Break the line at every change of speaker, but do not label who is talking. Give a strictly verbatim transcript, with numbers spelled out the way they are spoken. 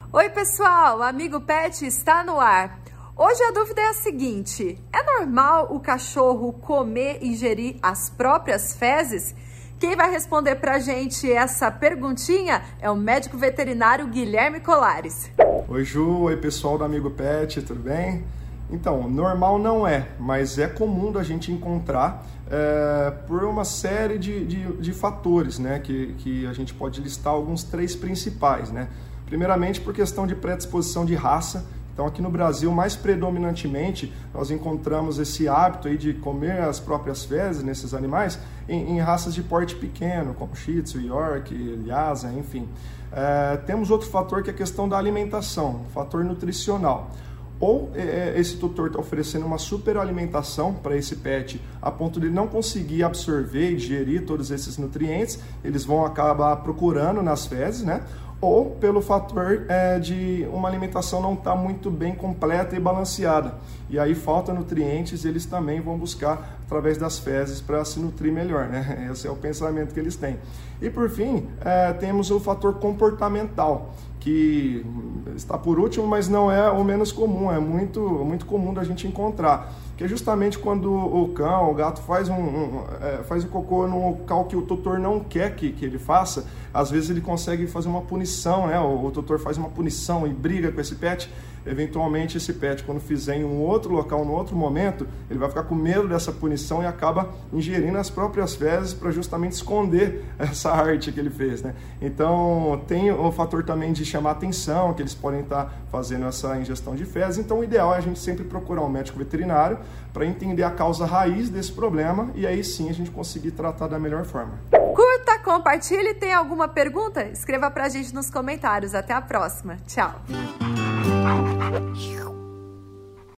Oi pessoal, Amigo Pet está no ar. Hoje a dúvida é a seguinte: é normal o cachorro comer e ingerir as próprias fezes? Quem vai responder pra gente essa perguntinha é o médico veterinário Guilherme Colares.
Oi Ju, oi pessoal do Amigo Pet, tudo bem? Então, normal não é, mas é comum da gente encontrar é, por uma série de, de, de fatores, né? Que, que a gente pode listar alguns três principais, né? Primeiramente por questão de predisposição de raça. Então aqui no Brasil, mais predominantemente, nós encontramos esse hábito aí de comer as próprias fezes nesses animais em, em raças de porte pequeno, como Shih Tzu, York, Lhasa, enfim. É, temos outro fator que é a questão da alimentação, um fator nutricional. Ou é, esse tutor está oferecendo uma superalimentação para esse pet a ponto de não conseguir absorver e digerir todos esses nutrientes, eles vão acabar procurando nas fezes, né? Ou pelo fator é, de uma alimentação não estar tá muito bem completa e balanceada. E aí falta nutrientes, eles também vão buscar através das fezes para se nutrir melhor, né? Esse é o pensamento que eles têm. E por fim, é, temos o fator comportamental, que está por último, mas não é o menos comum, é muito, muito comum da gente encontrar. Que é justamente quando o cão, o gato faz um, um, é, faz o cocô num local que o tutor não quer que, que ele faça, às vezes ele consegue fazer uma punição, né? O, o tutor faz uma punição e briga com esse pet. Eventualmente esse pet, quando fizer em um outro local, num outro momento, ele vai ficar com medo dessa punição e acaba ingerindo as próprias fezes para justamente esconder essa arte que ele fez, né? Então tem o fator também de chamar atenção, que eles podem estar fazendo essa ingestão de fezes. Então o ideal é a gente sempre procurar um médico veterinário para entender a causa raiz desse problema e aí sim a gente conseguir tratar da melhor forma.
Curta, compartilhe, tem alguma pergunta? Escreva pra gente nos comentários. Até a próxima. Tchau!